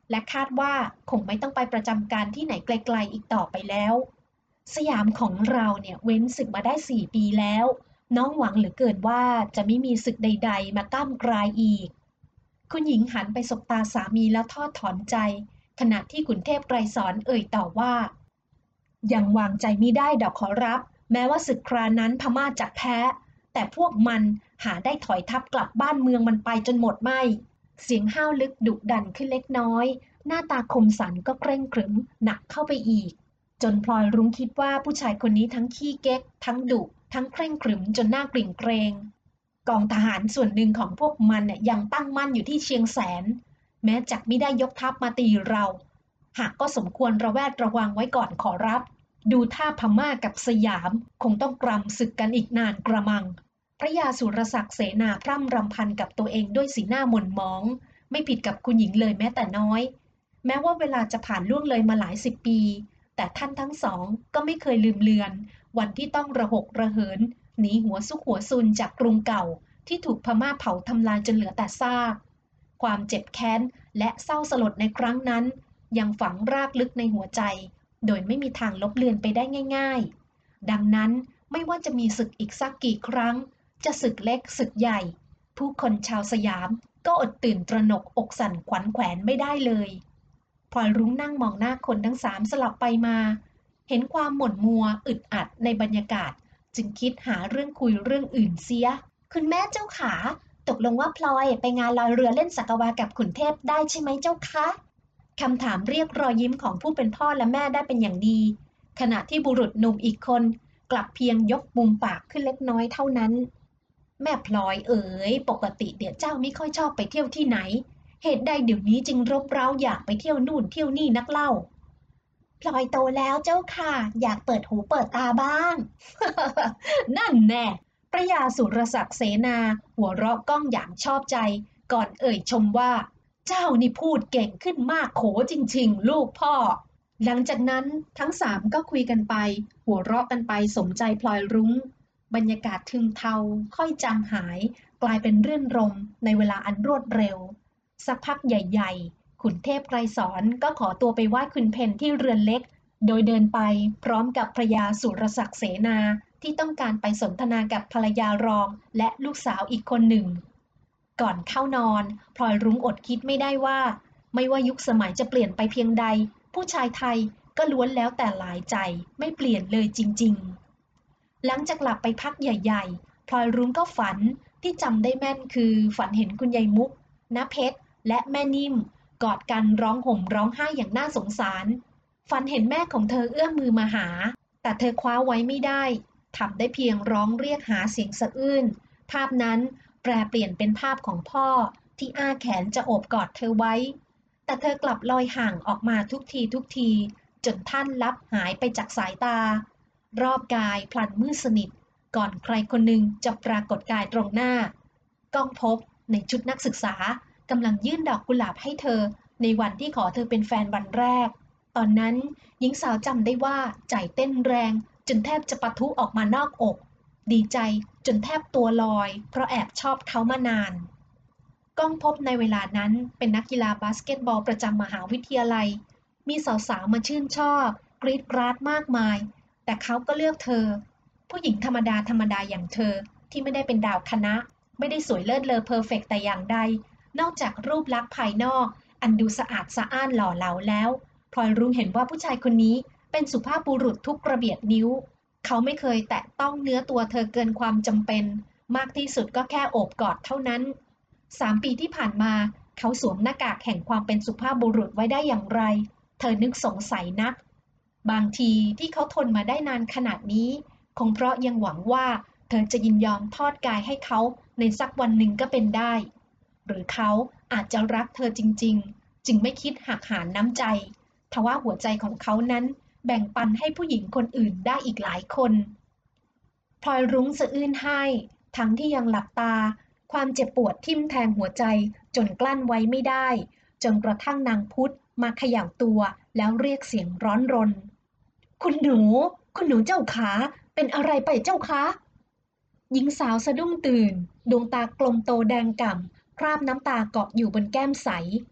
และคาดว่าคงไม่ต้องไปประจำการที่ไหนไกลๆอีกต่อไปแล้วสยามของเราเนี่ยเว้นศึกมาได้สี่ปีแล้วน้องหวังเหลือเกินว่าจะไม่มีศึกใดๆมาก้ำกลายอีกคุณหญิงหันไปสบตาสามีแล้วทอดถอนใจขณะที่ขุนเทพไกรสอนเอ่ยต่อว่ายังวางใจไม่ได้ดอกขอรับแม้ว่าศึกครานั้นพม่าจะแพ้แต่พวกมันหาได้ถอยทัพกลับบ้านเมืองมันไปจนหมดไหมเสียงห้าวลึกดุดันขึ้นเล็กน้อยหน้าตาคมสันก็เคร่งขรึมหนักเข้าไปอีกจนพลอยรุ้งคิดว่าผู้ชายคนนี้ทั้งขี้เก๊กทั้งดุทั้งเคร่งขรึมจนน่ากลิ่นเกรงกองทหารส่วนหนึ่งของพวกมันเนี่ยยังตั้งมั่นอยู่ที่เชียงแสนแม้จักไม่ได้ยกทัพมาตีเราหากก็สมควรระแวดระวังไว้ก่อนขอรับดูท่าพม่ากับสยามคงต้องกรำศึกกันอีกนานกระมังพระยาสุรศักดิ์เสนาพร่ำรำพันกับตัวเองด้วยสีหน้าหม่นหมองไม่ผิดกับคุณหญิงเลยแม้แต่น้อยแม้ว่าเวลาจะผ่านล่วงเลยมาหลายสิบปีแต่ท่านทั้งสองก็ไม่เคยลืมเลือนวันที่ต้องระหกระเหินหนีหัวซุกหัวซุนจากกรุงเก่าที่ถูกพม่าเผาทำลายจนเหลือแต่ซากความเจ็บแค้นและเศร้าสลดในครั้งนั้นยังฝังรากลึกในหัวใจโดยไม่มีทางลบเลือนไปได้ง่ายๆดังนั้นไม่ว่าจะมีศึกอีกสักกี่ครั้งจะศึกเล็กศึกใหญ่ผู้คนชาวสยามก็อดตื่นตระหนกอกสั่นขวัญแขวนไม่ได้เลยพลอยรุ้งนั่งมองหน้าคนทั้งสามสลับไปมาเห็นความหม่นมัวอึดอัดในบรรยากาศจึงคิดหาเรื่องคุยเรื่องอื่นเสียคุณแม่เจ้าขาตกลงว่าพลอยไปงานลอยเรือเล่นสักวากับขุนเทพได้ใช่ไหมเจ้าคะคำถามเรียกรอยยิ้มของผู้เป็นพ่อและแม่ได้เป็นอย่างดีขณะที่บุรุษหนุ่มอีกคนกลับเพียงยกมุมปากขึ้นเล็กน้อยเท่านั้นแม่พลอยเอ๋ยปกติเดี๋ยวเจ้าไม่ค่อยชอบไปเที่ยวที่ไหนเหตุใดเดี๋ยวนี้จึงรบเร้าอยากไปเที่ยวนู่นเที่ยวนี่นักเล่าพลอยโตแล้วเจ้าค่ะอยากเปิดหูเปิดตาบ้าง นั่นแน่พระยาสุรศักดิ์เสนาหัวเราะก้องอย่างชอบใจก่อนเอ่ยชมว่าเจ้านี่พูดเก่งขึ้นมากโขจริงๆลูกพ่อหลังจากนั้นทั้งสามก็คุยกันไปหัวเราะกันไปสมใจพลอยรุ้งบรรยากาศทึมเทาค่อยจางหายกลายเป็นรื่นรมในเวลาอันรวดเร็วสักพักใหญ่ๆขุนเทพไกรสอนก็ขอตัวไปไหว้คุณเพนที่เรือนเล็กโดยเดินไปพร้อมกับพระยาสุรศักดิ์เสนาที่ต้องการไปสนทนากับภรรยารองและลูกสาวอีกคนหนึ่งก่อนเข้านอนพลอยรุ้งอดคิดไม่ได้ว่าไม่ว่ายุคสมัยจะเปลี่ยนไปเพียงใดผู้ชายไทยก็ล้วนแล้วแต่หลายใจไม่เปลี่ยนเลยจริงๆหลังจากหลับไปพักใหญ่ๆพลอยรุ้งก็ฝันที่จำได้แม่นคือฝันเห็นคุณยายมุกณเพชรและแม่นิ่มกอดกันร้องห่มร้องไห้อย่างน่าสงสารฝันเห็นแม่ของเธอเอื้อมมือมาหาแต่เธอคว้าไว้ไม่ได้ทำได้เพียงร้องเรียกหาเสียงสะอื้นภาพนั้นแปลเปลี่ยนเป็นภาพของพ่อที่อ้าแขนจะโอบกอดเธอไว้แต่เธอกลับลอยห่างออกมาทุกทีทุกทีจนท่านลับหายไปจากสายตารอบกายพลันมืดสนิทก่อนใครคนหนึ่งจะปรากฏกายตรงหน้าก้องพบในชุดนักศึกษากำลังยื่นดอกกุหลาบให้เธอในวันที่ขอเธอเป็นแฟนวันแรกตอนนั้นหญิงสาวจำได้ว่าใจเต้นแรงจนแทบจะปะทุออกมานอกอกดีใจจนแทบตัวลอยเพราะแอบชอบเขามานานก้องพบในเวลานั้นเป็นนักกีฬาบาสเกตบอลประจำมหาวิทยาลัยมีสาวๆมาชื่นชอบกรีดกราดมากมายแต่เขาก็เลือกเธอผู้หญิงธรรมดาธรรมดาอย่างเธอที่ไม่ได้เป็นดาวคณะไม่ได้สวยเลิศเลอเพอร์เฟกต์แต่อย่างใดนอกจากรูปลักษณ์ภายนอกอันดูสะอาดสะอ้านหล่อเหลาแล้วพลอยรู้เห็นว่าผู้ชายคนนี้เป็นสุภาพบุรุษทุกกระเบียดนิ้วเขาไม่เคยแตะต้องเนื้อตัวเธอเกินความจำเป็นมากที่สุดก็แค่โอบกอดเท่านั้นสามปีที่ผ่านมาเขาสวมหน้ากากแห่งความเป็นสุภาพบุรุษไว้ได้อย่างไรเธอนึกสงสัยนักบางทีที่เขาทนมาได้นานขนาดนี้คงเพราะยังหวังว่าเธอจะยินยอมทอดกายให้เขาในสักวันหนึ่งก็เป็นได้หรือเขาอาจจะรักเธอจริงๆจึงไม่คิดหักหานน้ำใจทว่าหัวใจของเขานั้นแบ่งปันให้ผู้หญิงคนอื่นได้อีกหลายคนพลอยรุ้งสะอื้นไห้ทั้งที่ยังหลับตาความเจ็บปวดทิ่มแทงหัวใจจนกลั้นไว้ไม่ได้จนกระทั่งนางพุทธมาเขย่าตัวแล้วเรียกเสียงร้อนรนคุณหนูคุณหนูเจ้าขาเป็นอะไรไปเจ้าคะหญิงสาวสะดุ้งตื่นดวงตากลมโตแดงก่ำคราบน้ำตาเกาะอยู่บนแก้มใส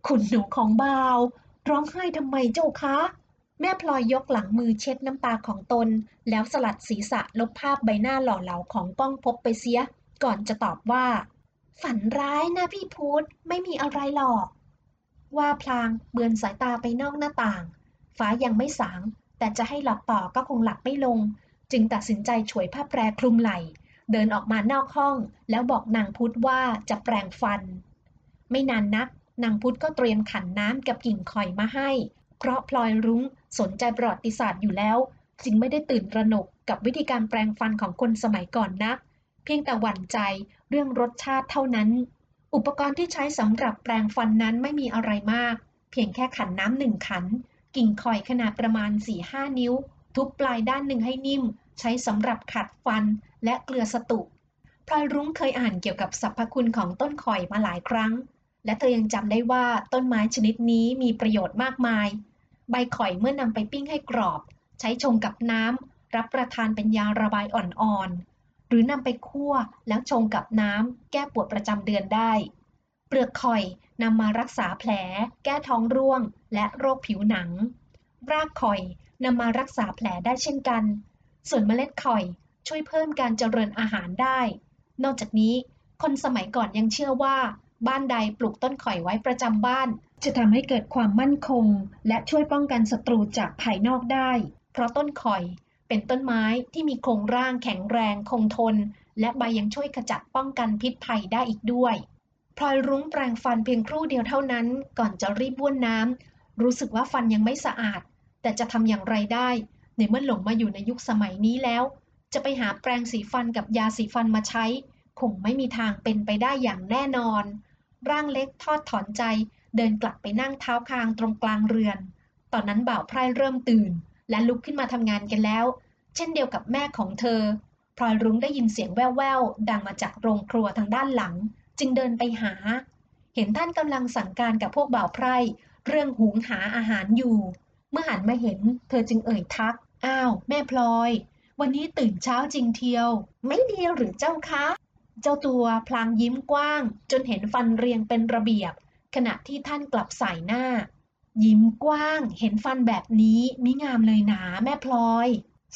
คุณหนูของบ่าวร้องไห้ทำไมเจ้าคะแม่พลอยยกหลังมือเช็ดน้ำตาของตนแล้วสลัดศีรษะลบภาพใบหน้าหล่อเหลาของก้องพบไปเสียก่อนจะตอบว่าฝันร้ายนะพี่พุธไม่มีอะไรหรอกว่าพลางเบือนสายตาไปนอกหน้าต่างฟ้ายังไม่สางแต่จะให้หลับต่อก็คงหลับไม่ลงจึงตัดสินใจฉวยผ้าแพรคลุมไหล่เดินออกมานอกห้องแล้วบอกนางพุธว่าจะแปรงฟันไม่นานนักนางพุธก็เตรียมขันน้ำกับกิ่งข่อยมาให้เพราะพลอยรุ้งสนใจประวัติศาสตร์อยู่แล้วจึงไม่ได้ตื่นตระหนกกับวิธีการแปรงฟันของคนสมัยก่อนนักเพียงแต่หวั่นใจเรื่องรสชาติเท่านั้นอุปกรณ์ที่ใช้สำหรับแปรงฟันนั้นไม่มีอะไรมากเพียงแค่ขันน้ำหนึ่งขันกิ่งข่อยขนาดประมาณ สี่ถึงห้า นิ้วทุบปลายด้านหนึ่งให้นิ่มใช้สำหรับขัดฟันและเกลือสตุพลอยรุ้งเคยอ่านเกี่ยวกับสรรพคุณของต้นข่อยมาหลายครั้งและเธอยังจำได้ว่าต้นไม้ชนิดนี้มีประโยชน์มากมายใบข่อยเมื่อนำไปปิ้งให้กรอบใช้ชงกับน้ำรับประทานเป็นยาระบายอ่อนๆหรือนำไปคั่วแล้วชงกับน้ำแก้ปวดประจำเดือนได้เปลือกข่อยนำมารักษาแผลแก้ท้องร่วงและโรคผิวหนังรากข่อยนำมารักษาแผลได้เช่นกันส่วนเมล็ดข่อยช่วยเพิ่มการเจริญอาหารได้นอกจากนี้คนสมัยก่อนยังเชื่อว่าบ้านใดปลูกต้นข่อยไว้ประจำบ้านจะทำให้เกิดความมั่นคงและช่วยป้องกันศัตรูจากภายนอกได้เพราะต้นข่อยเป็นต้นไม้ที่มีโครงร่างแข็งแรงคงทนและใบยังช่วยขจัดป้องกันพิษภัยได้อีกด้วยพลอยรุ้งแปรงฟันเพียงครู่เดียวเท่านั้นก่อนจะรีบบ้วนน้ำรู้สึกว่าฟันยังไม่สะอาดแต่จะทำอย่างไรได้ในเมื่อหลงมาอยู่ในยุคสมัยนี้แล้วจะไปหาแปรงสีฟันกับยาสีฟันมาใช้คงไม่มีทางเป็นไปได้อย่างแน่นอนร่างเล็กทอดถอนใจเดินกลับไปนั่งเท้าคางตรงกลางเรือนตอนนั้นบ่าวไพร่เริ่มตื่นและลุกขึ้นมาทำงานกันแล้วเช่นเดียวกับแม่ของเธอพลอยรุ้งได้ยินเสียงแว่วๆดังมาจากโรงครัวทางด้านหลังจึงเดินไปหาเห็นท่านกำลังสั่งการกับพวกบ่าวไพร่เรื่องหุงหาอาหารอยู่เมื่อหันมาเห็นเธอจึงเอ่ยทักอ้าวแม่พลอยวันนี้ตื่นเช้าจริงเทียวไม่ดีหรือเจ้าคะเจ้าตัวพลางยิ้มกว้างจนเห็นฟันเรียงเป็นระเบียบขณะที่ท่านกลับสายหน้ายิ้มกว้างเห็นฟันแบบนี้มิงามเลยนะแม่พลอย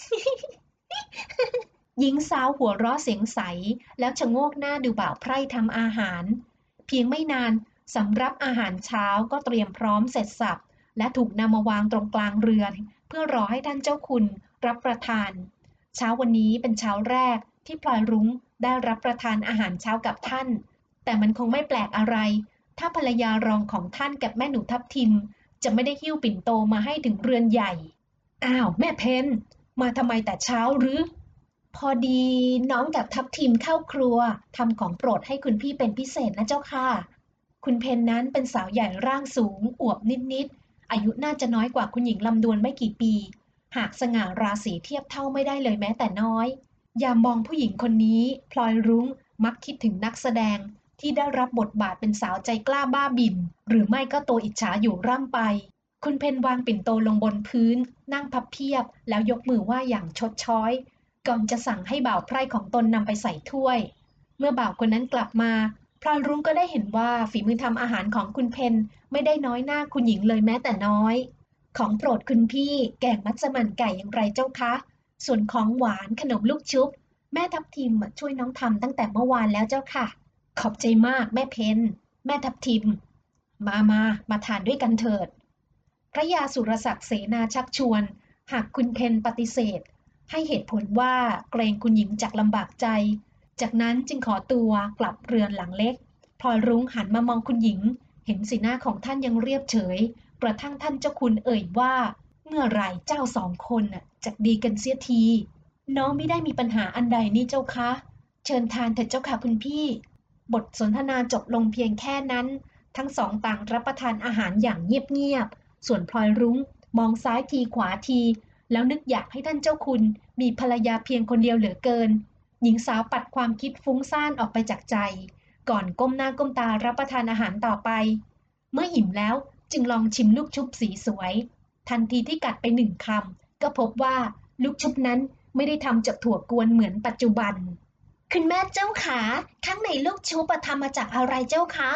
หญิงสาวหัวเราะเสียงใสแล้วชะโงกหน้าดูบ่าวไพร่ทำอาหารเพียงไม่นานสำรับอาหารเช้าก็เตรียมพร้อมเสร็จสับและถูกนำมาวางตรงกลางเรือนเพื่อรอให้ท่านเจ้าคุณรับประทานเช้าวันนี้เป็นเช้าแรกที่พลอยรุ้งได้รับประทานอาหารเช้ากับท่านแต่มันคงไม่แปลกอะไรถ้าภรรยารองของท่านกับแม่หนูทับทิมจะไม่ได้หิ้วปิ่นโตมาให้ถึงเรือนใหญ่อ้าวแม่เพนมาทำไมแต่เช้าหรือพอดีน้องกับทับทิมเข้าครัวทำของโปรดให้คุณพี่เป็นพิเศษนะเจ้าค่ะคุณเพนนั้นเป็นสาวใหญ่ร่างสูงอวบนิดๆอายุน่าจะน้อยกว่าคุณหญิงลำดวนไม่กี่ปีหากสง่าราศีเทียบเท่าไม่ได้เลยแม้แต่น้อยยามมองผู้หญิงคนนี้พลอยรุ้งมักคิดถึงนักแสดงที่ได้รับบทบาทเป็นสาวใจกล้าบ้าบิ่นหรือไม่ก็ตัวอิจฉาอยู่ร่ำไปคุณเพนวางปิ่นโตลงบนพื้นนั่งพับเพียบแล้วยกมือไหว้อย่างชดช้อยก่อนจะสั่งให้บ่าวไพร่ของตนนำไปใส่ถ้วยเมื่อบ่าวคนนั้นกลับมาพลอยรุ้งก็ได้เห็นว่าฝีมือทำอาหารของคุณเพนไม่ได้น้อยหน้าคุณหญิงเลยแม้แต่น้อยของโปรดคุณพี่แกงมัสมั่นไก่อย่างไรเจ้าคะส่วนของหวานขนมลูกชุบแม่ทับทิมช่วยน้องทำตั้งแต่เมื่อวานแล้วเจ้าค่ะขอบใจมากแม่เพนแม่ทับทิมมามามาทานด้วยกันเถิดพระยาสุรศักดิ์เสนาชักชวนหากคุณเพนปฏิเสธให้เหตุผลว่าเกรงคุณหญิงจักลำบากใจจากนั้นจึงขอตัวกลับเรือนหลังเล็กพลอยรุ้งหันมามองคุณหญิงเห็นสีหน้าของท่านยังเรียบเฉยกระทั่งท่านเจ้าคุณเอ่ยว่าเมื่อไรเจ้าสองคนน่ะจะดีกันเสียทีน้องไม่ได้มีปัญหาอันใดนี่เจ้าคะเชิญทานเถิดเจ้าค่ะคุณพี่บทสนทนาจบลงเพียงแค่นั้นทั้งสองต่างรับประทานอาหารอย่างเงียบๆส่วนพลอยรุ้งมองซ้ายทีขวาทีแล้วนึกอยากให้ท่านเจ้าคุณมีภรรยาเพียงคนเดียวเหลือเกินหญิงสาวปัดความคิดฟุ้งซ่านออกไปจากใจก่อนก้มหน้าก้มตารับประทานอาหารต่อไปเมื่ออิ่มแล้วจึงลองชิมลูกชุบสีสวยทันทีที่กัดไปหนึ่งคำก็พบว่าลูกชุบนั้นไม่ได้ทำจากถั่วกวนเหมือนปัจจุบันคุณแม่เจ้าขาข้างในลูกชุบทำมาจากอะไรเจ้าคะ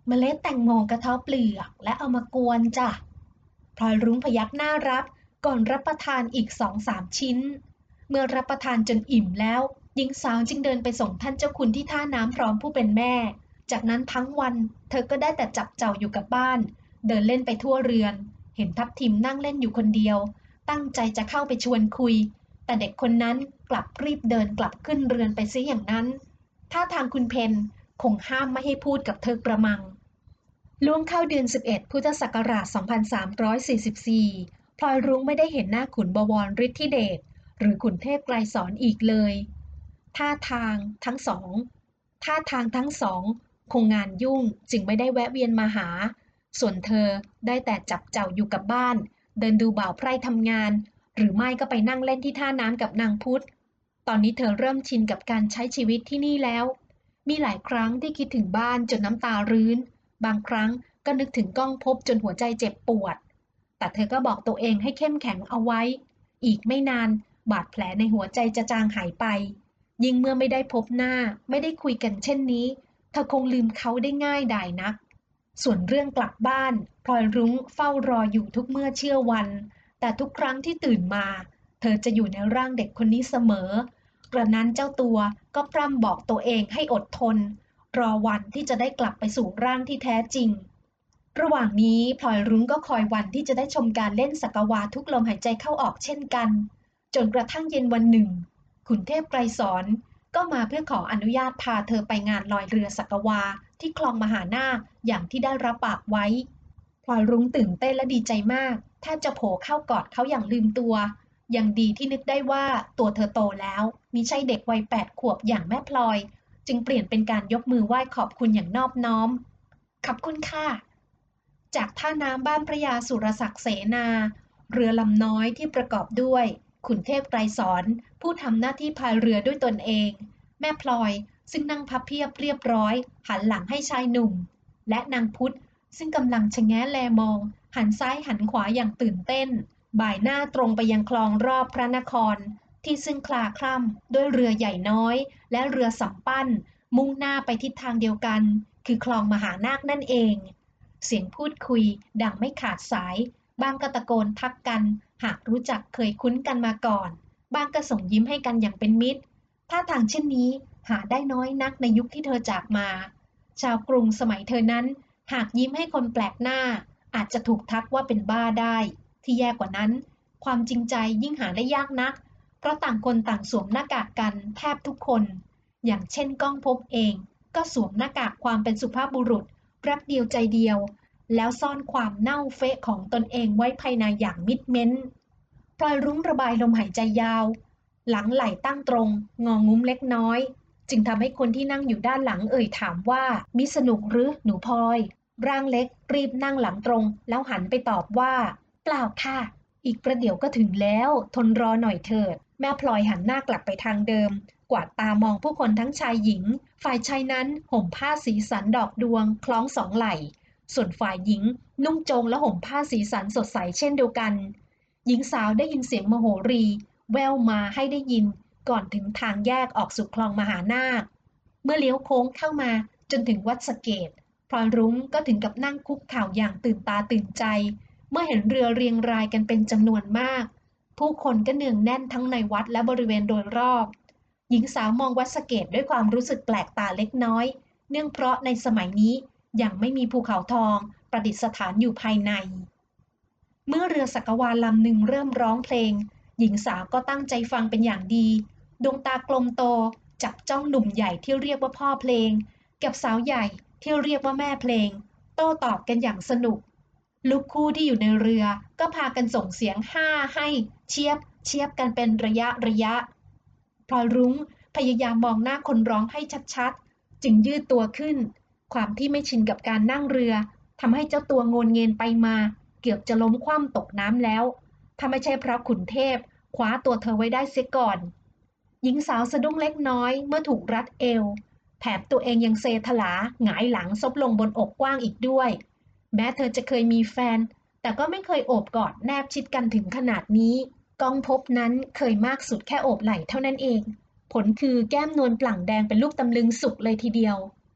เมล็ดแตงโมกระเทาะเปลือกและเอามากวนจ้ะพลอยรุ้งพยักหน้ารับก่อนรับประทานอีกสองสามชิ้นเมื่อรับประทานจนอิ่มแล้วหญิงสาวจึงเดินไปส่งท่านเจ้าคุณที่ท่าน้ำพร้อมผู้เป็นแม่จากนั้นทั้งวันเธอก็ได้แต่จับเจ้าอยู่กับบ้านเดินเล่นไปทั่วเรือนเห็นทับทิมนั่งเล่นอยู่คนเดียวตั้งใจจะเข้าไปชวนคุยแต่เด็กคนนั้นกลับรีบเดินกลับขึ้นเรือนไปเสียอย่างนั้นท่าทางคุณเพนคงห้ามไม่ให้พูดกับเธอกระมังล่วงเข้าเดือนสิบเอ็ดพุทธศักราชสองพันสามร้อยสี่สิบสี่พลอยรุ้งไม่ได้เห็นหน้าขุนบวรฤทธิเดชหรือขุนเทพไกรสอนอีกเลยท่าทางทั้งสองท่าทางทั้งสองคงงานยุ่งจึงไม่ได้แวะเวียนมาหาส่วนเธอได้แต่จับเจ้าอยู่กับบ้านเดินดูบ่าวไพร่ทำงานหรือไม่ก็ไปนั่งเล่นที่ท่าน้ำกับนางพุธตอนนี้เธอเริ่มชินกับการใช้ชีวิตที่นี่แล้วมีหลายครั้งที่คิดถึงบ้านจนน้ำตารื้นบางครั้งก็นึกถึงก้องภพจนหัวใจเจ็บปวดแต่เธอก็บอกตัวเองให้เข้มแข็งเอาไว้อีกไม่นานบาดแผลในหัวใจจะจางหายไปยิ่งเมื่อไม่ได้พบหน้าไม่ได้คุยกันเช่นนี้เธอคงลืมเขาได้ง่ายดายนักส่วนเรื่องกลับบ้านพลอยรุ้งเฝ้ารออยู่ทุกเมื่อเชื่อวันแต่ทุกครั้งที่ตื่นมาเธอจะอยู่ในร่างเด็กคนนี้เสมอกระนั้นเจ้าตัวก็พร่ำบอกตัวเองให้อดทนรอวันที่จะได้กลับไปสู่ร่างที่แท้จริงระหว่างนี้พลอยรุ้งก็คอยวันที่จะได้ชมการเล่นสักวาทุกลมหายใจเข้าออกเช่นกันจนกระทั่งเย็นวันหนึ่งขุนเทพไกรสอนก็มาเพื่อขออนุญาตพาเธอไปงานลอยเรือสักวาที่คลองมหานาคอย่างที่ได้รับปากไว้พลอยรุ้งตื่นเต้นและดีใจมากแทบจะโผล่เข้ากอดเขาอย่างลืมตัวยังดีที่นึกได้ว่าตัวเธอโตแล้วมิใช่เด็กวัยแปดขวบอย่างแม่พลอยจึงเปลี่ยนเป็นการยกมือไหว้ขอบคุณอย่างนอบน้อมขอบคุณค่ะจากท่าน้ำบ้านพระยาสุรศักดิ์เสนาเรือลำน้อยที่ประกอบด้วยขุนเทพไกรสอนผู้ทำหน้าที่พายเรือด้วยตนเองแม่พลอยซึ่งนั่งพับเพียบเรียบร้อยหันหลังให้ชายหนุ่มและนางพุธซึ่งกำลังชะแงะแลมองหันซ้ายหันขวาอย่างตื่นเต้นบ่ายหน้าตรงไปยังคลองรอบพระนครที่ซึ่งคลาคล่ำด้วยเรือใหญ่น้อยและเรือสำปั้นมุ่งหน้าไปทิศทางเดียวกันคือคลองมหานาคนั่นเองเสียงพูดคุยดังไม่ขาดสายบางก็ตะโกนทักกันหากรู้จักเคยคุ้นกันมาก่อนบางก็ส่งยิ้มให้กันอย่างเป็นมิตรท่าทางเช่นนี้หาได้น้อยนักในยุคที่เธอจากมาชาวกรุงสมัยเธอนั้นหากยิ้มให้คนแปลกหน้าอาจจะถูกทักว่าเป็นบ้าได้ที่แย่กว่านั้นความจริงใจยิ่งหาได้ยากนักเพราะต่างคนต่างสวมหน้ากากกันแทบทุกคนอย่างเช่นก้องภพเองก็สวมหน้ากากความเป็นสุภาพบุรุษรักเดียวใจเดียวแล้วซ่อนความเน่าเฟะของตนเองไว้ภายในอย่างมิดเม้นพลอยรุ้งระบายลมหายใจยาวหลังไหล่ตั้งตรงงองุ้มเล็กน้อยจึงทำให้คนที่นั่งอยู่ด้านหลังเอ่ยถามว่ามิสนุกหรือหนูพลอยร่างเล็กรีบนั่งหลังตรงแล้วหันไปตอบว่าเปล่าค่ะอีกประเดี๋ยวก็ถึงแล้วทนรอหน่อยเถิดแม่พลอยหันหน้ากลับไปทางเดิมกวาดตามองผู้คนทั้งชายหญิงฝ่ายชายนั้นห่มผ้าสีสันดอกดวงคล้องสองไหล่ส่วนฝ่ายหญิงนุ่งโจงและห่มผ้าสีสันสดใสเช่นเดียวกันหญิงสาวได้ยินเสียงมโหรีแว่วมาให้ได้ยินก่อนถึงทางแยกออกสู่คลองมหานาคเมื่อเลี้ยวโค้งเข้ามาจนถึงวัดสะเกษพลอยรุ้งก็ถึงกับนั่งคุกเข่าอย่างตื่นตาตื่นใจเมื่อเห็นเรือเรียงรายกันเป็นจำนวนมากผู้คนก็เนืองแน่นทั้งในวัดและบริเวณโดยรอบหญิงสาวมองวัดสะเกษด้วยความรู้สึกแปลกตาเล็กน้อยเนื่องเพราะในสมัยนี้ยังไม่มีภูเขาทองประดิษฐานอยู่ภายในเมื่อเรือสักวาลำหนึ่งเริ่มร้องเพลงหญิงสาวก็ตั้งใจฟังเป็นอย่างดีดวงตากลมโตจับจ้องหนุ่มใหญ่ที่เรียกว่าพ่อเพลงกับสาวใหญ่ที่เรียกว่าแม่เพลงโต้ตอบกันอย่างสนุกลูกคู่ที่อยู่ในเรือก็พากันส่งเสียงฮ่าให้เชียบเชียบกันเป็นระยะระยะพลอยรุ้งพยายามมองหน้าคนร้องให้ชัดๆจึงยืดตัวขึ้นความที่ไม่ชินกับการนั่งเรือทำให้เจ้าตัวโงนเงินไปมาเกือบจะล้มคว่ำตกน้ำแล้วถ้าไม่ใช่เพราะขุนเทพคว้าตัวเธอไว้ได้เสียก่อนหญิงสาวสะดุ้งเล็กน้อยเมื่อถูกรัดเอวแถมตัวเองยังเซถลาหงายหลังซบลงบนอกกว้างอีกด้วยแม้เธอจะเคยมีแฟนแต่ก็ไม่เคยโอบกอดแนบชิดกันถึงขนาดนี้ก้องภพนั้นเคยมากสุดแค่โอบไหล่เท่านั้นเองผลคือแก้มนวลปลั่งแดงเป็นลูกตำลึงสุกเลยทีเดียว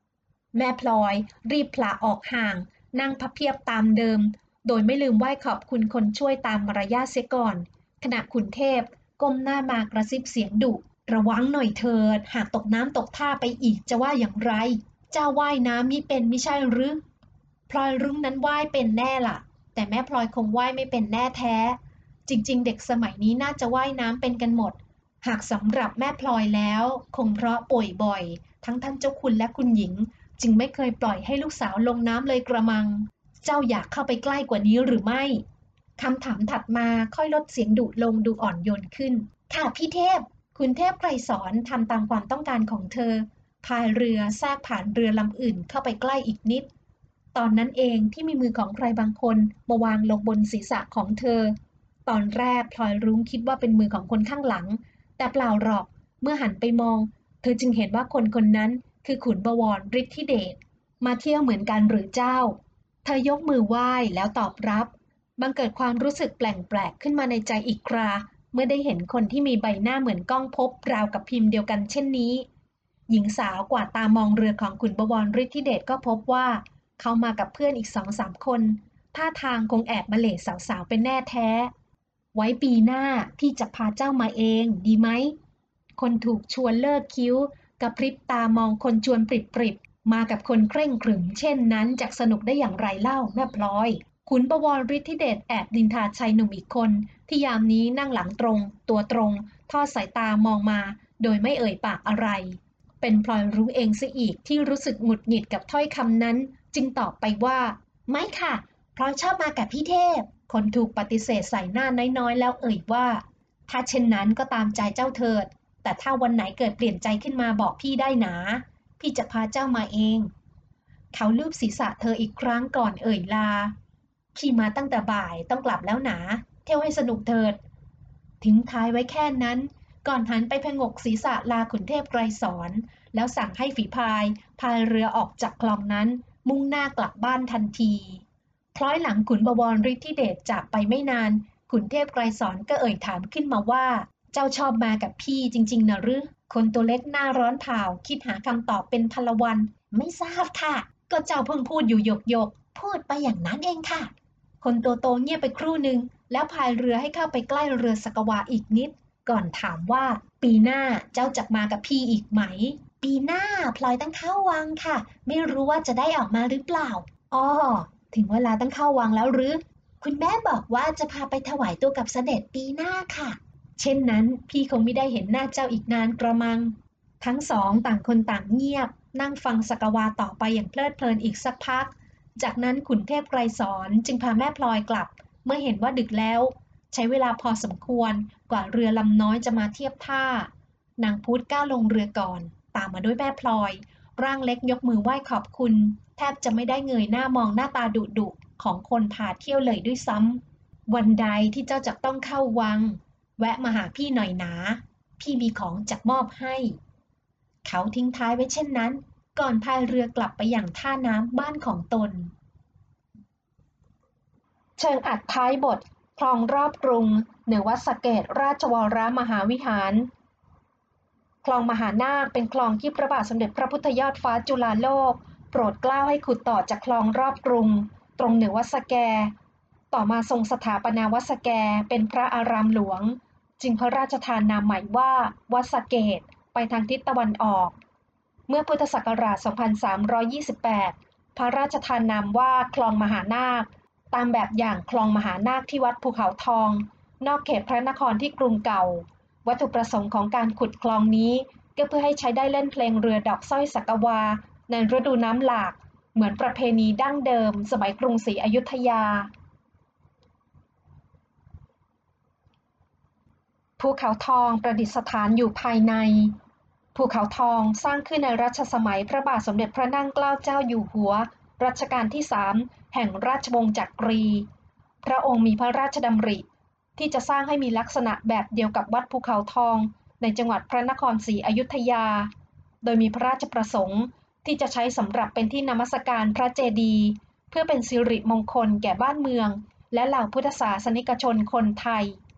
แม่พลอยรีบผละออกห่างนั่งพับเพียบตามเดิมโดยไม่ลืมไหว้ขอบคุณคนช่วยตามมารยาทเสียก่อนขณะขุนเทพก้มหน้ามากระซิบเสียงดุระวังหน่อยเถิดหากตกน้ำตกท่าไปอีกจะว่าอย่างไรเจ้าว่ายน้ำมิเป็นไม่ใช่หรือพลอยรุ้งนั้นว่ายเป็นแน่ล่ะแต่แม่พลอยคงว่ายไม่เป็นแน่แท้จริงๆเด็กสมัยนี้น่าจะว่ายน้ำเป็นกันหมดหากสำหรับแม่พลอยแล้วคงเพราะป่วยบ่อยทั้งท่านเจ้าคุณและคุณหญิงจึงไม่เคยปล่อยให้ลูกสาวลงน้ำเลยกระมังเจ้าอยากเข้าไปใกล้กว่านี้หรือไม่คำถามถัดมาค่อยลดเสียงดุลงดูอ่อนโยนขึ้นค่ะพี่เทพคุณเทพไกรสอนทำตามความต้องการของเธอพายเรือแทรกผ่านเรือลำอื่นเข้าไปใกล้อีกนิดตอนนั้นเองที่มีมือของใครบางคนมาวางลงบนศีรษะของเธอตอนแรกพลอยรุ้งคิดว่าเป็นมือของคนข้างหลังแต่เปล่าหรอกเมื่อหันไปมองเธอจึงเห็นว่าคนคนนั้นคือขุนบวรฤทธิเดชมาเที่ยวเหมือนกันหรือเจ้าเธอยกมือไหว้แล้วตอบรับบังเกิดความรู้สึกแปลกๆขึ้นมาในใจอีกคราเมื่อได้เห็นคนที่มีใบหน้าเหมือนก้องพบราวกับพิมพ์เดียวกันเช่นนี้หญิงสาวกวาดตามองเรือของขุนบวรฤทธิเดชก็พบว่าเขามากับเพื่อนอีกสองสามคนท่าทางคงแอบมาเหล่สาวๆเป็นแน่แท้ไว้ปีหน้าพี่จะพาเจ้ามาเองดีไหมคนถูกชวนเลิกคิ้วกระพริบตามองคนชวนปริบๆมากับคนเคร่งขรึมเช่นนั้นจะสนุกได้อย่างไรเล่าแม่พลอยขุนบวรฤทธิเดชแอบดินทาชายหนุ่มอีกคนที่ยามนี้นั่งหลังตรงตัวตรงทอดสายตามองมาโดยไม่เอ่ยปากอะไรเป็นพลอยรู้เองซะอีกที่รู้สึกหงุดหงิดกับถ้อยคำนั้นจึงตอบไปว่าไม่ค่ะพลอยชอบมากับพี่เทพคนถูกปฏิเสธใส่หน้าน้อยๆแล้วเอ่ยว่าถ้าเช่นนั้นก็ตามใจเจ้าเถิดแต่ถ้าวันไหนเกิดเปลี่ยนใจขึ้นมาบอกพี่ได้หนาพี่จะพาเจ้ามาเองเขาลูบศีรษะเธออีกครั้งก่อนเอ่ยลาขี่มาตั้งแต่บ่ายต้องกลับแล้วหนาเที่ยวให้สนุกเถิดทิ้งท้ายไว้แค่นั้นก่อนหันไปพงกศีรษะลาขุนเทพไกรสอนแล้วสั่งให้ฝีพายพายเรือออกจากคลองนั้นมุ่งหน้ากลับบ้านทันทีคล้อยหลังขุนบวรฤทธิเดชจากไปไม่นานขุนเทพไกรสอนก็เอ่ยถามขึ้นมาว่าเจ้าชอบมากับพี่จริงๆนะหรือคนตัวเล็กหน้าร้อนเผาคิดหาคำตอบเป็นพลวันไม่ทราบค่ะก็เจ้าเพิ่งพูดอยู่หยกหยกพูดไปอย่างนั้นเองค่ะคนตัวโตเงียบไปครู่หนึ่งแล้วพายเรือให้เข้าไปใกล้เรือสักวาอีกนิดก่อนถามว่าปีหน้าเจ้าจะมากับพี่อีกไหมปีหน้าพลอยต้องเข้าวังค่ะไม่รู้ว่าจะได้ออกมาหรือเปล่าอ้อถึงเวลาต้องเข้าวังแล้วหรือคุณแม่บอกว่าจะพาไปถวายตัวกับเสด็จปีหน้าค่ะเช่นนั้นพี่คงไม่ได้เห็นหน้าเจ้าอีกนานกระมังทั้งสองต่างคนต่างเงียบนั่งฟังสักวาต่อไปอย่างเพลิดเพลินอีกสักพักจากนั้นขุนเทพไกรสอนจึงพาแม่พลอยกลับเมื่อเห็นว่าดึกแล้วใช้เวลาพอสมควรกว่าเรือลำน้อยจะมาเทียบท่านางพุธก้าวลงเรือก่อนตามมาด้วยแม่พลอยร่างเล็กยกมือไหว้ขอบคุณแทบจะไม่ได้เงยหน้ามองหน้าตาดุดุของคนพาเที่ยวเลยด้วยซ้ำวันใดที่เจ้าจะต้องเข้าวังแวะมาหาพี่หน่อยหนาพี่มีของจะมอบให้เขาทิ้งท้ายไว้เช่นนั้นก่อนพายเรือกลับไปอย่างท่าน้ำบ้านของตนเชิงอัดท้ายบทคลองรอบกรุงเหนือวัดสะเกษราชวรมหาวิหารคลองมหานาคเป็นคลองที่พระบาทสมเด็จพระพุทธยอดฟ้าจุฬาโลกโปรดเกล้าให้ขุดต่อจากคลองรอบกรุงตรงเหนือวัดสะแกต่อมาทรงสถาปนาวัดสะแกเป็นพระอารามหลวงจึงพระราชทานนามใหม่ว่าวัดสะเกษไปทางทิศตะวันออกเมื่อพุทธศักราช สองพันสามร้อยยี่สิบแปด พระราชทานนามว่าคลองมหานาคตามแบบอย่างคลองมหานาคที่วัดภูเขาทองนอกเขตพระนครที่กรุงเก่าวัตถุประสงค์ของการขุดคลองนี้ก็เพื่อให้ใช้ได้เล่นเพลงเรือดอกสร้อยสักวาในฤดูน้ำหลากเหมือนประเพณีดั้งเดิมสมัยกรุงศรีอยุธยาภูเขาทองประดิษฐานอยู่ภายในภูเขาทองสร้างขึ้นในรัชสมัยพระบาทสมเด็จพระนั่งเกล้าเจ้าอยู่หัวรัชกาลที่สามแห่งราชวงศ์จักรีพระองค์มีพระราชดำริที่จะสร้างให้มีลักษณะแบบเดียวกับวัดภูเขาทองในจังหวัดพระนครศรีอยุธยาโดยมีพระราชประสงค์ที่จะใช้สำหรับเป็นที่นมัสการพระเจดีย์เพื่อเป็นสิริมงคลแก่บ้านเมืองและเหล่าพุทธศาสนิกชนคนไทย